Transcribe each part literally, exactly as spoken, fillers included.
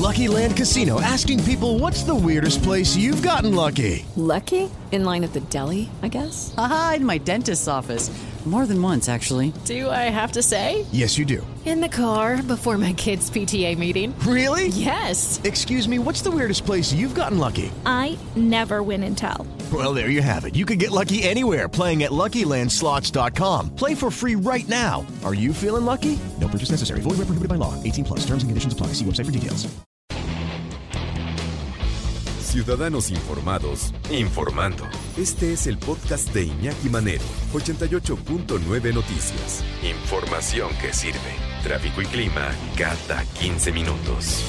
Lucky Land Casino, asking people, what's the weirdest place you've gotten lucky? Lucky? In line at the deli, I guess? Aha, in my dentist's office. More than once, actually. Do I have to say? Yes, you do. In the car before my kids' P T A meeting. Really? Yes. Excuse me, what's the weirdest place you've gotten lucky? I never win and tell. Well, there you have it. You can get lucky anywhere, playing at Lucky Land Slots dot com. Play for free right now. Are you feeling lucky? No purchase necessary. Void where prohibited by law. eighteen plus. Terms and conditions apply. See website for details. Ciudadanos informados, informando. Este es el podcast de Iñaki Manero, ochenta y ocho punto nueve Noticias. Información que sirve. Tráfico y clima cada quince minutos.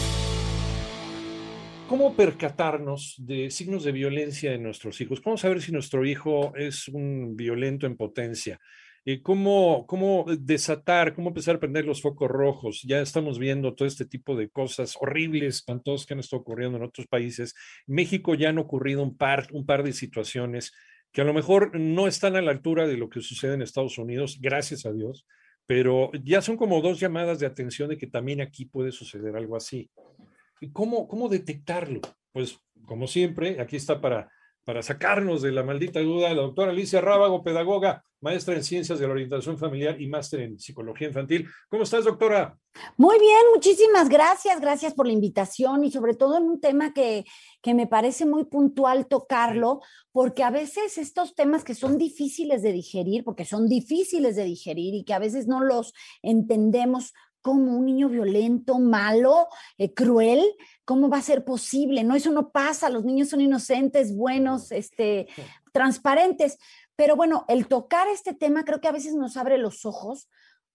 ¿Cómo percatarnos de signos de violencia en nuestros hijos? ¿Cómo saber si nuestro hijo es un violento en potencia? Eh, ¿Cómo, cómo desatar, cómo empezar a prender los focos rojos? Ya estamos viendo todo este tipo de cosas horribles, espantosas que han estado ocurriendo en otros países. En México ya han ocurrido un par, un par de situaciones que a lo mejor no están a la altura de lo que sucede en Estados Unidos, gracias a Dios, pero ya son como dos llamadas de atención de que también aquí puede suceder algo así. ¿Y cómo, cómo detectarlo? Pues, como siempre, aquí está para, para sacarnos de la maldita duda la doctora Alicia Rábago, pedagoga, maestra en Ciencias de la Orientación Familiar y máster en Psicología Infantil. ¿Cómo estás, doctora? Muy bien, muchísimas gracias. Gracias por la invitación y sobre todo en un tema que, que me parece muy puntual tocarlo, porque a veces estos temas que son difíciles de digerir, porque son difíciles de digerir y que a veces no los entendemos como un niño violento, malo, eh, cruel, ¿cómo va a ser posible? No, eso no pasa, los niños son inocentes, buenos, este, transparentes. Pero bueno, el tocar este tema creo que a veces nos abre los ojos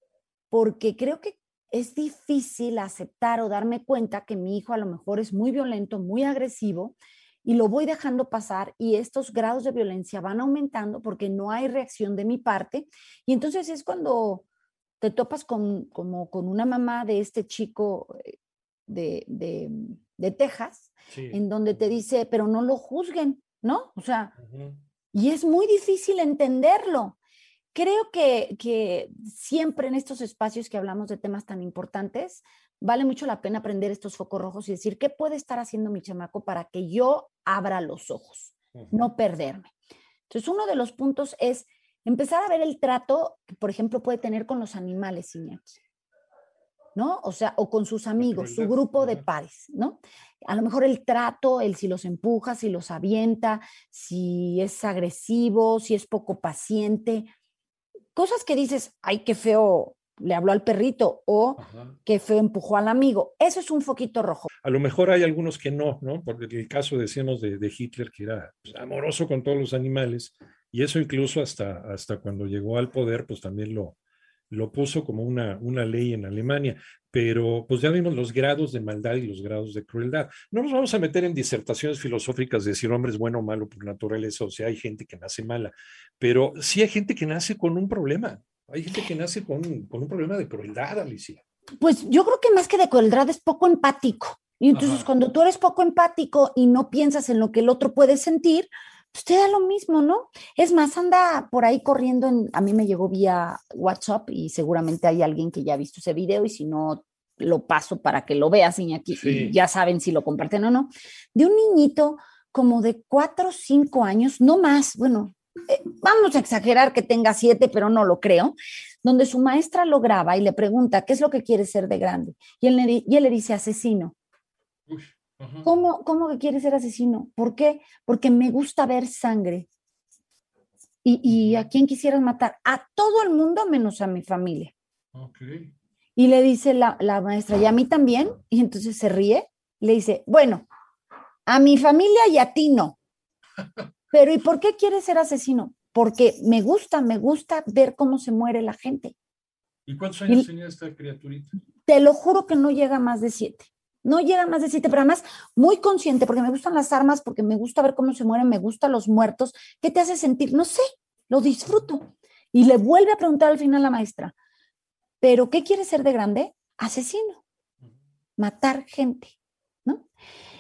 porque creo que es difícil aceptar o darme cuenta que mi hijo a lo mejor es muy violento, muy agresivo y lo voy dejando pasar y estos grados de violencia van aumentando porque no hay reacción de mi parte y entonces es cuando te topas con, como con una mamá de este chico de, de, de Texas, sí, en donde te dice, pero no lo juzguen, ¿no? O sea, uh-huh. Y es muy difícil entenderlo. Creo que, que siempre en estos espacios que hablamos de temas tan importantes, vale mucho la pena prender estos focos rojos y decir, ¿qué puede estar haciendo mi chamaco para que yo abra los ojos? Uh-huh. No perderme. Entonces, uno de los puntos es empezar a ver el trato que, por ejemplo, puede tener con los animales, Iñaki, ¿no? O sea, o con sus amigos, su grupo de pares, ¿no? A lo mejor el trato, el si los empuja, si los avienta, si es agresivo, si es poco paciente. Cosas que dices, ay, qué feo le habló al perrito o ajá, qué feo empujó al amigo. Eso es un foquito rojo. A lo mejor hay algunos que no, ¿no? Porque el caso, decíamos, de, de Hitler, que era pues, amoroso con todos los animales, y eso incluso hasta, hasta cuando llegó al poder, pues también lo, lo puso como una, una ley en Alemania. Pero pues ya vimos los grados de maldad y los grados de crueldad. No nos vamos a meter en disertaciones filosóficas de decir hombre es bueno o malo por naturaleza, o sea, hay gente que nace mala, pero sí hay gente que nace con un problema. Hay gente que nace con, con un problema de crueldad, Alicia. Pues yo creo que más que de crueldad es poco empático. Y entonces ajá, cuando tú eres poco empático y no piensas en lo que el otro puede sentir, pues te da lo mismo, ¿no? Es más, anda por ahí corriendo, en, a mí me llegó vía WhatsApp y seguramente hay alguien que ya ha visto ese video y si no, lo paso para que lo veas, Iñaki, sí, y ya saben si lo comparten o no, de un niñito como de cuatro o cinco años, no más, bueno, eh, vamos a exagerar que tenga siete, pero no lo creo, donde su maestra lo graba y le pregunta, ¿qué es lo que quiere ser de grande? Y él le, y él le dice, asesino. Uy. Uh-huh. ¿Cómo, ¿Cómo que quiere ser asesino? ¿Por qué? Porque me gusta ver sangre. ¿Y, y a quién quisieras matar? A todo el mundo menos a mi familia. Okay. Y le dice la, la maestra, ¿y a mí también? Y entonces se ríe. Le dice, bueno, a mi familia y a ti no. Pero ¿y por qué quieres ser asesino? Porque me gusta, me gusta ver cómo se muere la gente. ¿Y cuántos años y, tenía esta criaturita? Te lo juro que no llega a más de siete. No llega más de siete, pero además muy consciente, porque me gustan las armas, porque me gusta ver cómo se mueren, me gustan los muertos. ¿Qué te hace sentir? No sé, lo disfruto. Y le vuelve a preguntar al final la maestra, ¿pero qué quieres ser de grande? Asesino. Matar gente, ¿no?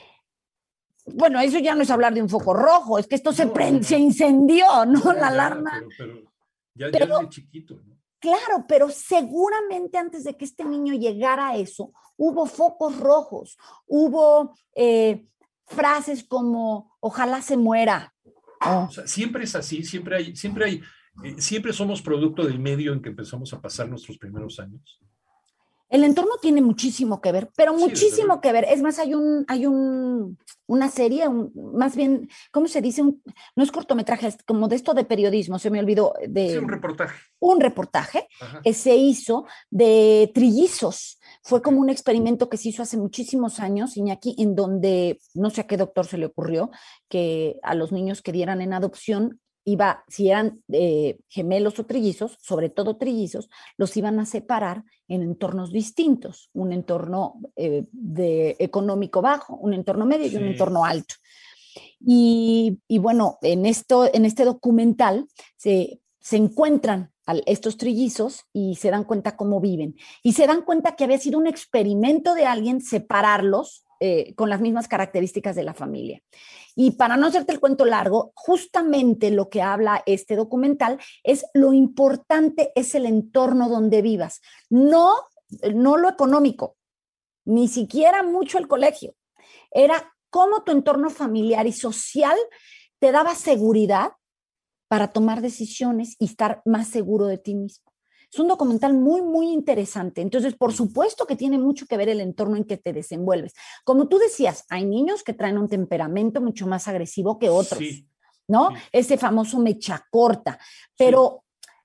Bueno, eso ya no es hablar de un foco rojo, es que esto no, se, prend, no, no. se incendió, ¿no? no la ya, alarma. Pero, pero ya, pero, ya desde chiquito, ¿no? Claro, pero seguramente antes de que este niño llegara a eso, hubo focos rojos, hubo eh, frases como ojalá se muera. Oh. O sea, siempre es así, siempre hay, siempre hay, eh, siempre somos producto del medio en que empezamos a pasar nuestros primeros años. El entorno tiene muchísimo que ver, pero Sí, muchísimo que ver. Es más, hay un, hay un, una serie, un, más bien, ¿cómo se dice? Un, no es cortometraje, es como de esto de periodismo, se me olvidó. De, sí, un reportaje. Un reportaje Ajá. que se hizo de trillizos. Fue como un experimento que se hizo hace muchísimos años, Iñaki, en donde, no sé a qué doctor se le ocurrió, que a los niños que dieran en adopción, iba, si eran eh, gemelos o trillizos, sobre todo trillizos, los iban a separar en entornos distintos, un entorno eh, de económico bajo, un entorno medio sí. y un entorno alto. Y, y bueno, en, esto, en este documental se, se encuentran a estos trillizos y se dan cuenta cómo viven. Y se dan cuenta que había sido un experimento de alguien separarlos eh, con las mismas características de la familia. Y para no hacerte el cuento largo, justamente lo que habla este documental es lo importante es el entorno donde vivas, no, no lo económico, ni siquiera mucho el colegio. Era cómo tu entorno familiar y social te daba seguridad para tomar decisiones y estar más seguro de ti mismo. Es un documental muy, muy interesante. Entonces, por supuesto que tiene mucho que ver el entorno en que te desenvuelves. Como tú decías, hay niños que traen un temperamento mucho más agresivo que otros, sí, ¿no? Sí. Ese famoso mecha corta. Pero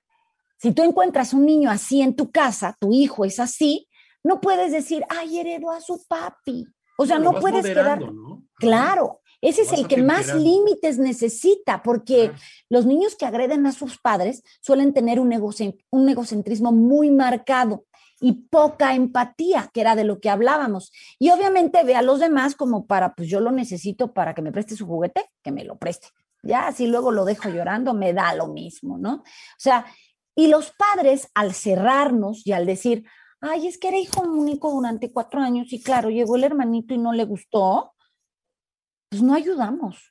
sí. Si tú encuentras un niño así en tu casa, tu hijo es así, no puedes decir, ay, heredó a su papi. O sea, no, no puedes quedar... ¿no? Claro. Ese es el que más límites necesita, porque ah. los niños que agreden a sus padres suelen tener un, egocent- un egocentrismo muy marcado y poca empatía, que era de lo que hablábamos. Y obviamente ve a los demás como para, pues yo lo necesito para que me preste su juguete, que me lo preste. Ya, si luego lo dejo llorando, me da lo mismo, ¿no? O sea, y los padres al cerrarnos y al decir, ay, es que era hijo único durante cuatro años y claro, llegó el hermanito y no le gustó, pues no ayudamos.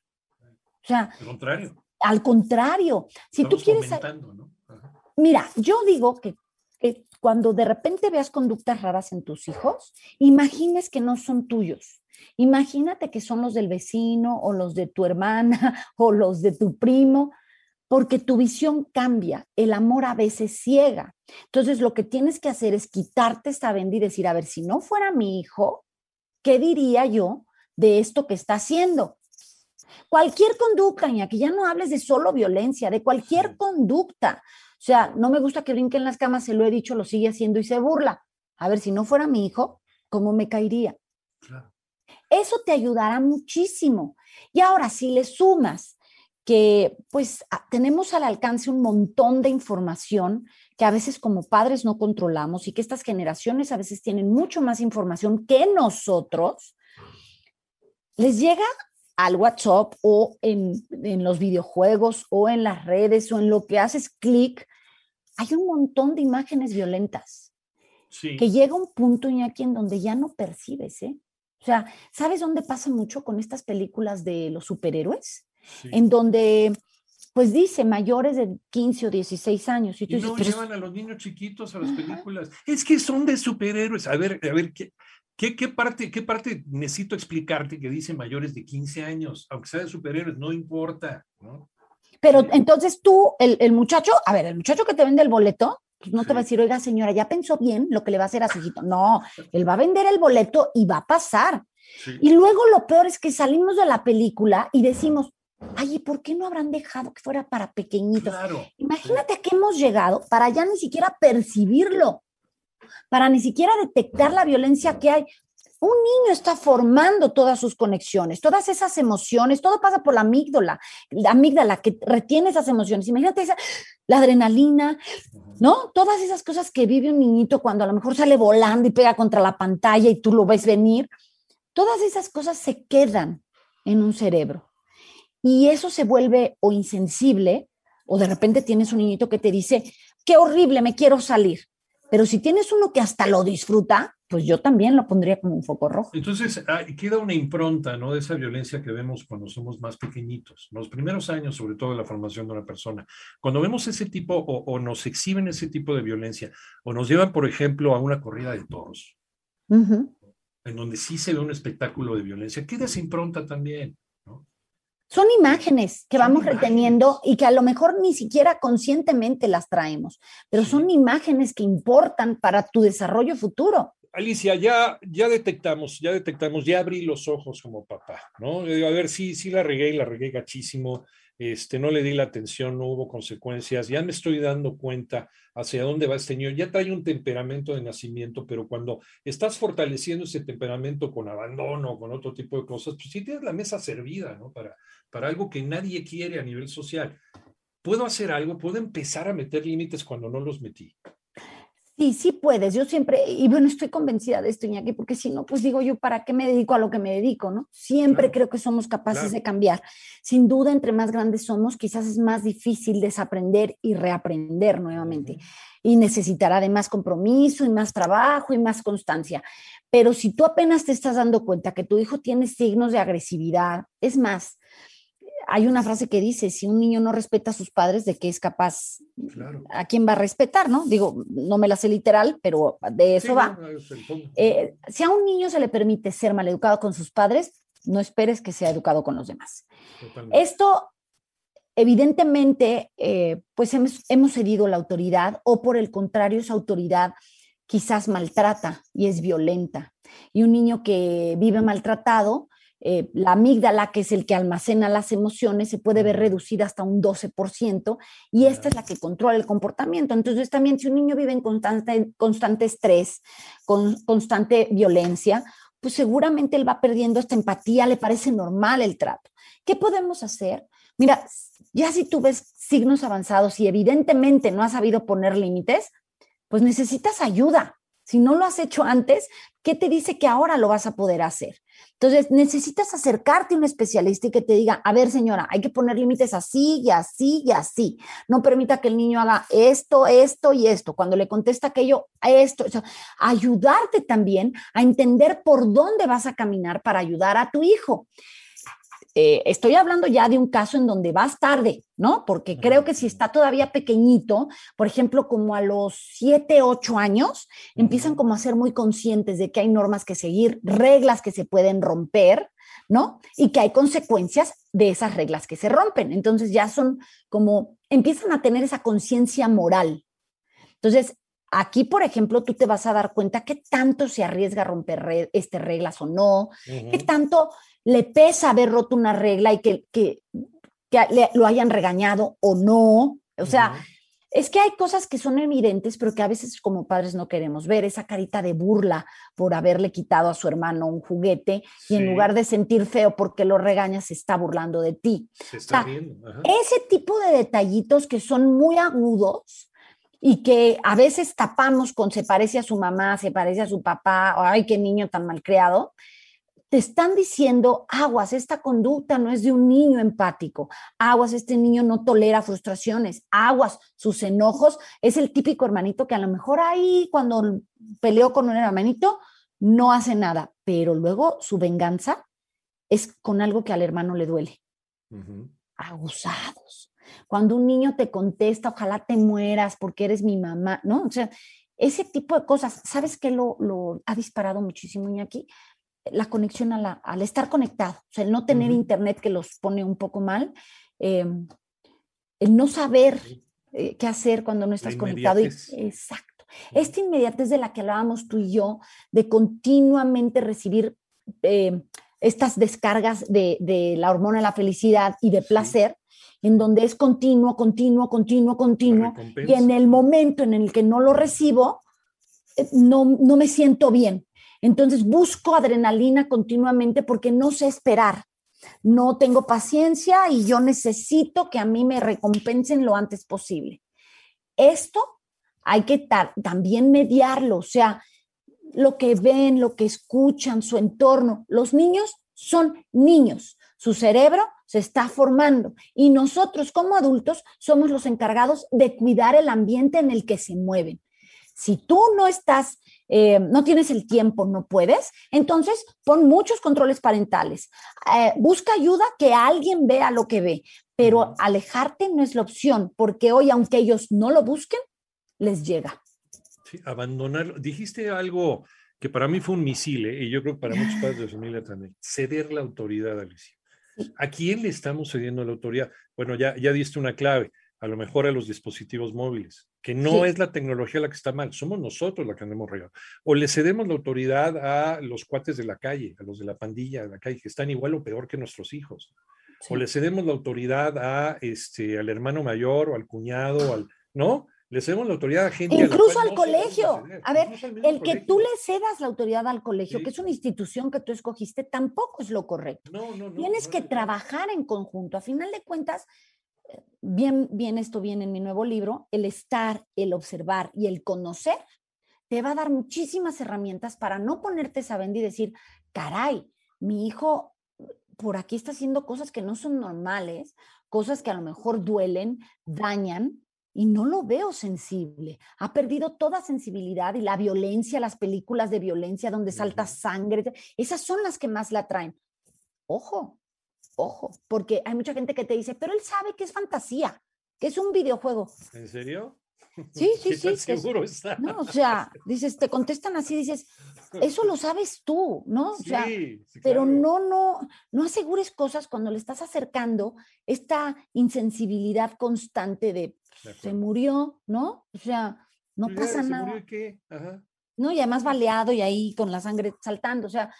O sea, al contrario. Al contrario. Si Estamos tú quieres... ¿no? Mira, yo digo que, que cuando de repente veas conductas raras en tus hijos, imagines que no son tuyos. Imagínate que son los del vecino o los de tu hermana o los de tu primo, porque tu visión cambia. El amor a veces ciega. Entonces, lo que tienes que hacer es quitarte esta venda y decir, a ver, si no fuera mi hijo, ¿qué diría yo de esto que está haciendo? Cualquier conducta, ya que ya no hables de solo violencia, de cualquier sí. conducta. O sea, no me gusta que brinque en las camas, se lo he dicho, lo sigue haciendo y se burla. A ver, si no fuera mi hijo, ¿cómo me caería? Claro. Eso te ayudará muchísimo. Y ahora, si le sumas que pues tenemos al alcance un montón de información que a veces como padres no controlamos y que estas generaciones a veces tienen mucho más información que nosotros, les llega al WhatsApp o en, en los videojuegos o en las redes o en lo que haces clic, hay un montón de imágenes violentas. Sí. Que llega un punto, Iñaki, en donde ya no percibes, ¿eh? O sea, ¿sabes dónde pasa mucho con estas películas de los superhéroes? Sí. En donde, pues dice, mayores de quince o dieciséis años. Y, tú y no dices, llevan pero... a los niños chiquitos a las películas. Es que son de superhéroes. A ver, a ver, ¿qué, qué, qué, parte, ¿qué parte necesito explicarte que dice mayores de quince años? Aunque sea de superhéroes, no importa, ¿no? Pero sí. Entonces tú, el, el muchacho, a ver, el muchacho que te vende el boleto, pues no sí. te va a decir, oiga, señora, ¿ya pensó bien lo que le va a hacer a su hijito? No, él va a vender el boleto y va a pasar. Sí. Y luego lo peor es que salimos de la película y decimos, ay, ¿y por qué no habrán dejado que fuera para pequeñitos? Claro. Imagínate sí. a qué hemos llegado para ya ni siquiera percibirlo, para ni siquiera detectar la violencia que hay. Un niño está formando todas sus conexiones, todas esas emociones, todo pasa por la amígdala, la amígdala que retiene esas emociones. Imagínate esa, la adrenalina, ¿no? Todas esas cosas que vive un niñito cuando a lo mejor sale volando y pega contra la pantalla y tú lo ves venir. Todas esas cosas se quedan en un cerebro. Y eso se vuelve o insensible, o de repente tienes un niñito que te dice, qué horrible, me quiero salir. Pero si tienes uno que hasta lo disfruta, pues yo también lo pondría como un foco rojo. Entonces, ah, queda una impronta, ¿no? De esa violencia que vemos cuando somos más pequeñitos, los primeros años, sobre todo de la formación de una persona. Cuando vemos ese tipo o, o nos exhiben ese tipo de violencia, o nos llevan, por ejemplo, a una corrida de toros, Uh-huh. en donde sí se ve un espectáculo de violencia, queda esa impronta también, ¿no? Son imágenes que Son vamos imágenes. reteniendo y que a lo mejor ni siquiera conscientemente las traemos, pero Sí. son imágenes que importan para tu desarrollo futuro. Alicia, ya, ya detectamos, ya detectamos, ya abrí los ojos como papá, ¿no? Yo digo, a ver, sí, sí la regué y la regué gachísimo, este, no le di la atención, no hubo consecuencias, ya me estoy dando cuenta hacia dónde va este niño, ya trae un temperamento de nacimiento, pero cuando estás fortaleciendo ese temperamento con abandono, con otro tipo de cosas, pues sí tienes la mesa servida, ¿no? Para, para algo que nadie quiere a nivel social. ¿Puedo hacer algo? ¿Puedo empezar a meter límites cuando no los metí? Sí, sí puedes. Yo siempre, y bueno, estoy convencida de esto, Iñaki, porque si no, pues digo yo, ¿para qué me dedico a lo que me dedico, no? Siempre Claro. creo que somos capaces Claro. de cambiar. Sin duda, entre más grandes somos, quizás es más difícil desaprender y reaprender nuevamente. Ujú. Y necesitará de más compromiso y más trabajo y más constancia. Pero si tú apenas te estás dando cuenta que tu hijo tiene signos de agresividad, es más, hay una frase que dice, si un niño no respeta a sus padres, ¿de qué es capaz? Claro. ¿A quién va a respetar, no? Digo, no me la sé literal, pero de eso Sí, va. no, es el fondo. Eh, si a un niño se le permite ser maleducado con sus padres, no esperes que sea educado con los demás. Totalmente. Esto, evidentemente, eh, pues hemos, hemos cedido la autoridad, o por el contrario, esa autoridad quizás maltrata y es violenta. Y un niño que vive maltratado, eh, la amígdala, que es el que almacena las emociones, se puede ver reducida hasta un doce por ciento, y esta es la que controla el comportamiento. Entonces, también si un niño vive en constante, constante estrés, con constante violencia, pues seguramente él va perdiendo esta empatía, le parece normal el trato. ¿Qué podemos hacer? Mira, ya si tú ves signos avanzados y evidentemente no has sabido poner límites, pues necesitas ayuda. Si no lo has hecho antes, ¿qué te dice que ahora lo vas a poder hacer? Entonces, necesitas acercarte a un especialista y que te diga, a ver, señora, hay que poner límites así y así y así. No permita que el niño haga esto, esto y esto. Cuando le contesta aquello, esto. O sea, ayudarte también a entender por dónde vas a caminar para ayudar a tu hijo. Eh, estoy hablando ya de un caso en donde vas tarde, ¿no? Porque creo que si está todavía pequeñito, por ejemplo, como a los siete, ocho años, uh-huh. empiezan como a ser muy conscientes de que hay normas que seguir, reglas que se pueden romper, ¿no? Y que hay consecuencias de esas reglas que se rompen. Entonces ya son como, empiezan a tener esa conciencia moral. Entonces, aquí, por ejemplo, tú te vas a dar cuenta qué tanto se arriesga a romper re- este, reglas o no, uh-huh. qué tanto le pesa haber roto una regla y que, que, que le, lo hayan regañado o no. O sea, uh-huh. es que hay cosas que son evidentes, pero que a veces como padres no queremos ver. Esa carita de burla por haberle quitado a su hermano un juguete sí. y en lugar de sentir feo porque lo regañas, se está burlando de ti. Se está o sea, riendo. Ajá. Ese tipo de detallitos que son muy agudos y que a veces tapamos con se parece a su mamá, se parece a su papá, o ay, qué niño tan malcriado, te están diciendo, aguas, esta conducta no es de un niño empático, aguas, este niño no tolera frustraciones, aguas, sus enojos, es el típico hermanito que a lo mejor ahí cuando peleó con un hermanito no hace nada, pero luego su venganza es con algo que al hermano le duele. Uh-huh. Abusados. Cuando un niño te contesta, ojalá te mueras porque eres mi mamá, ¿no? O sea, ese tipo de cosas, ¿sabes qué lo, lo ha disparado muchísimo, Iñaki? La conexión a la, al estar conectado, o sea, el no tener uh-huh. internet que los pone un poco mal, eh, el no saber eh, qué hacer cuando no estás conectado. Y, exacto. Uh-huh. Esta inmediatez de la que hablábamos tú y yo, de continuamente recibir eh, estas descargas de, de la hormona de la felicidad y de placer, sí. en donde es continuo, continuo, continuo, continuo, y en el momento en el que no lo recibo, eh, no, no me siento bien. Entonces busco adrenalina continuamente porque no sé esperar, no tengo paciencia y yo necesito que a mí me recompensen lo antes posible. Esto hay que tar- también mediarlo, o sea, lo que ven, lo que escuchan, su entorno. Los niños son niños, su cerebro se está formando y nosotros como adultos somos los encargados de cuidar el ambiente en el que se mueven. Si tú no estás, eh, no tienes el tiempo, no puedes, entonces pon muchos controles parentales. Eh, busca ayuda, que alguien vea lo que ve, pero alejarte no es la opción, porque hoy, aunque ellos no lo busquen, les llega. Sí, abandonarlo. Dijiste algo que para mí fue un misil, ¿eh? Y yo creo que para muchos padres de familia también. Ceder la autoridad, Alicia. ¿A quién le estamos cediendo la autoridad? Bueno, ya, ya diste una clave. A lo mejor a los dispositivos móviles, que no sí. es la tecnología la que está mal, somos nosotros la que andamos regado. O le cedemos la autoridad a los cuates de la calle, a los de la pandilla de la calle, que están igual o peor que nuestros hijos. Sí. O le cedemos la autoridad a este, al hermano mayor o al cuñado, al, ¿no? Le cedemos la autoridad a gente. Incluso a la al no colegio. A ver, el que colegio. tú le cedas la autoridad al colegio, Sí. que es una institución que tú escogiste, tampoco es lo correcto. No, no, no. Tienes no, que no, trabajar en conjunto. A final de cuentas, bien, bien, esto viene en mi nuevo libro, el estar, el observar y el conocer te va a dar muchísimas herramientas para no ponerte esa venda y decir, caray, mi hijo por aquí está haciendo cosas que no son normales, cosas que a lo mejor duelen, dañan, y no lo veo sensible. Ha perdido toda sensibilidad y la violencia, las películas de violencia donde salta sangre, esas son las que más la atraen. Ojo, ojo, porque hay mucha gente que te dice, pero él sabe que es fantasía, que es un videojuego. ¿En serio? Sí, sí, ¿Qué sí. tan Que seguro es, está? no, o sea, dices, te contestan así, dices, eso lo sabes tú, ¿no? O sea, sí, sí, pero claro. no, no, no asegures cosas cuando le estás acercando esta insensibilidad constante de, De se murió, ¿no? O sea, no Pues pasa ya, ¿se nada. murió y qué? Ajá. ¿No? Y además baleado y ahí con la sangre saltando, o sea,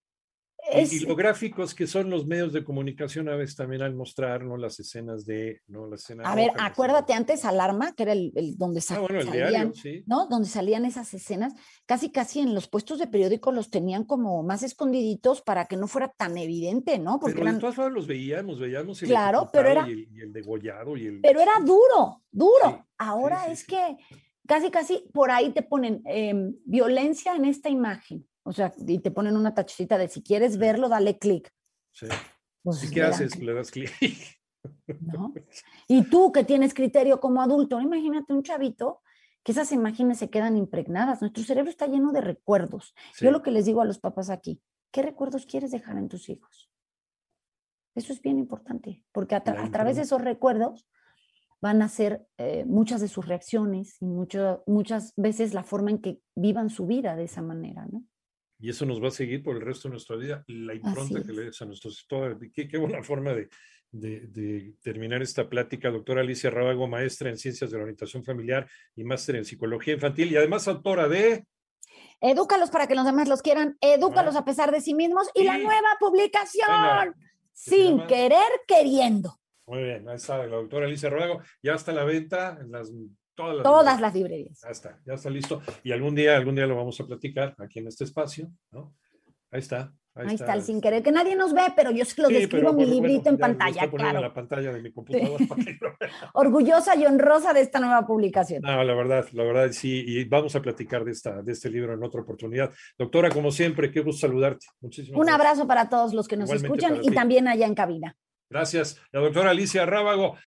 Y, es, y lo gráficos que son los medios de comunicación a veces también al mostrar, ¿no? Las escenas de, ¿no? La escena a ver, roja, la acuérdate escena- antes Alarma, que era el, el donde sa- Ah, bueno, el salían, diario, sí. ¿no? Donde salían esas escenas, casi casi en los puestos de periódico los tenían como más escondiditos para que no fuera tan evidente, ¿no? Porque Pero de eran, todas formas los veíamos, veíamos el Claro, pero ejecutado era- y el, y el degollado y el... pero era duro, duro. Sí, Ahora sí, sí, es sí. que casi casi por ahí te ponen eh, violencia en esta imagen, o sea, y te ponen una tachita de si quieres verlo, dale clic. Sí. Pues, ¿Y qué le dan haces? clic, Le das clic. ¿no? Y tú que tienes criterio como adulto, imagínate un chavito que esas imágenes se quedan impregnadas. Nuestro cerebro está lleno de recuerdos. Sí. Yo lo que les digo a los papás aquí, ¿qué recuerdos quieres dejar en tus hijos? Eso es bien importante, porque a, tra- La a través de impronta. esos recuerdos van a ser eh, muchas de sus reacciones y mucho, muchas veces la forma en que vivan su vida de esa manera, ¿no? Y eso nos va a seguir por el resto de nuestra vida. La impronta Así que es. le des a nuestros... toda- Qué, qué buena forma de, de, de terminar esta plática. Doctora Alicia Rábago, maestra en Ciencias de la Orientación Familiar y máster en Psicología Infantil y además autora de... Edúcalos para que los demás los quieran, edúcalos Ah. a pesar de sí mismos y Sí. la nueva publicación, Venga. se sin llama- querer, queriendo. Muy bien, ahí está la doctora Alicia Rábago. Ya está a la venta en las... Todas las, Todas las librerías. Ya está, ya está listo. Y algún día, algún día lo vamos a platicar aquí en este espacio, ¿no? Ahí está. Ahí, está, el sin querer, que nadie nos ve, pero yo se lo Sí, describo pero en mi por- librito bueno, en ya lo pantalla, estoy poniendo claro. en la pantalla de mi computadora para que lo vean. Orgullosa y honrosa de esta nueva publicación. No, la verdad, la verdad sí, y vamos a platicar de esta, de este libro en otra oportunidad. Doctora, como siempre, qué gusto saludarte. Muchísimas Un gracias. abrazo para todos los que nos Igualmente escuchan para y ti. también allá en cabina. Gracias. La doctora Alicia Rábago,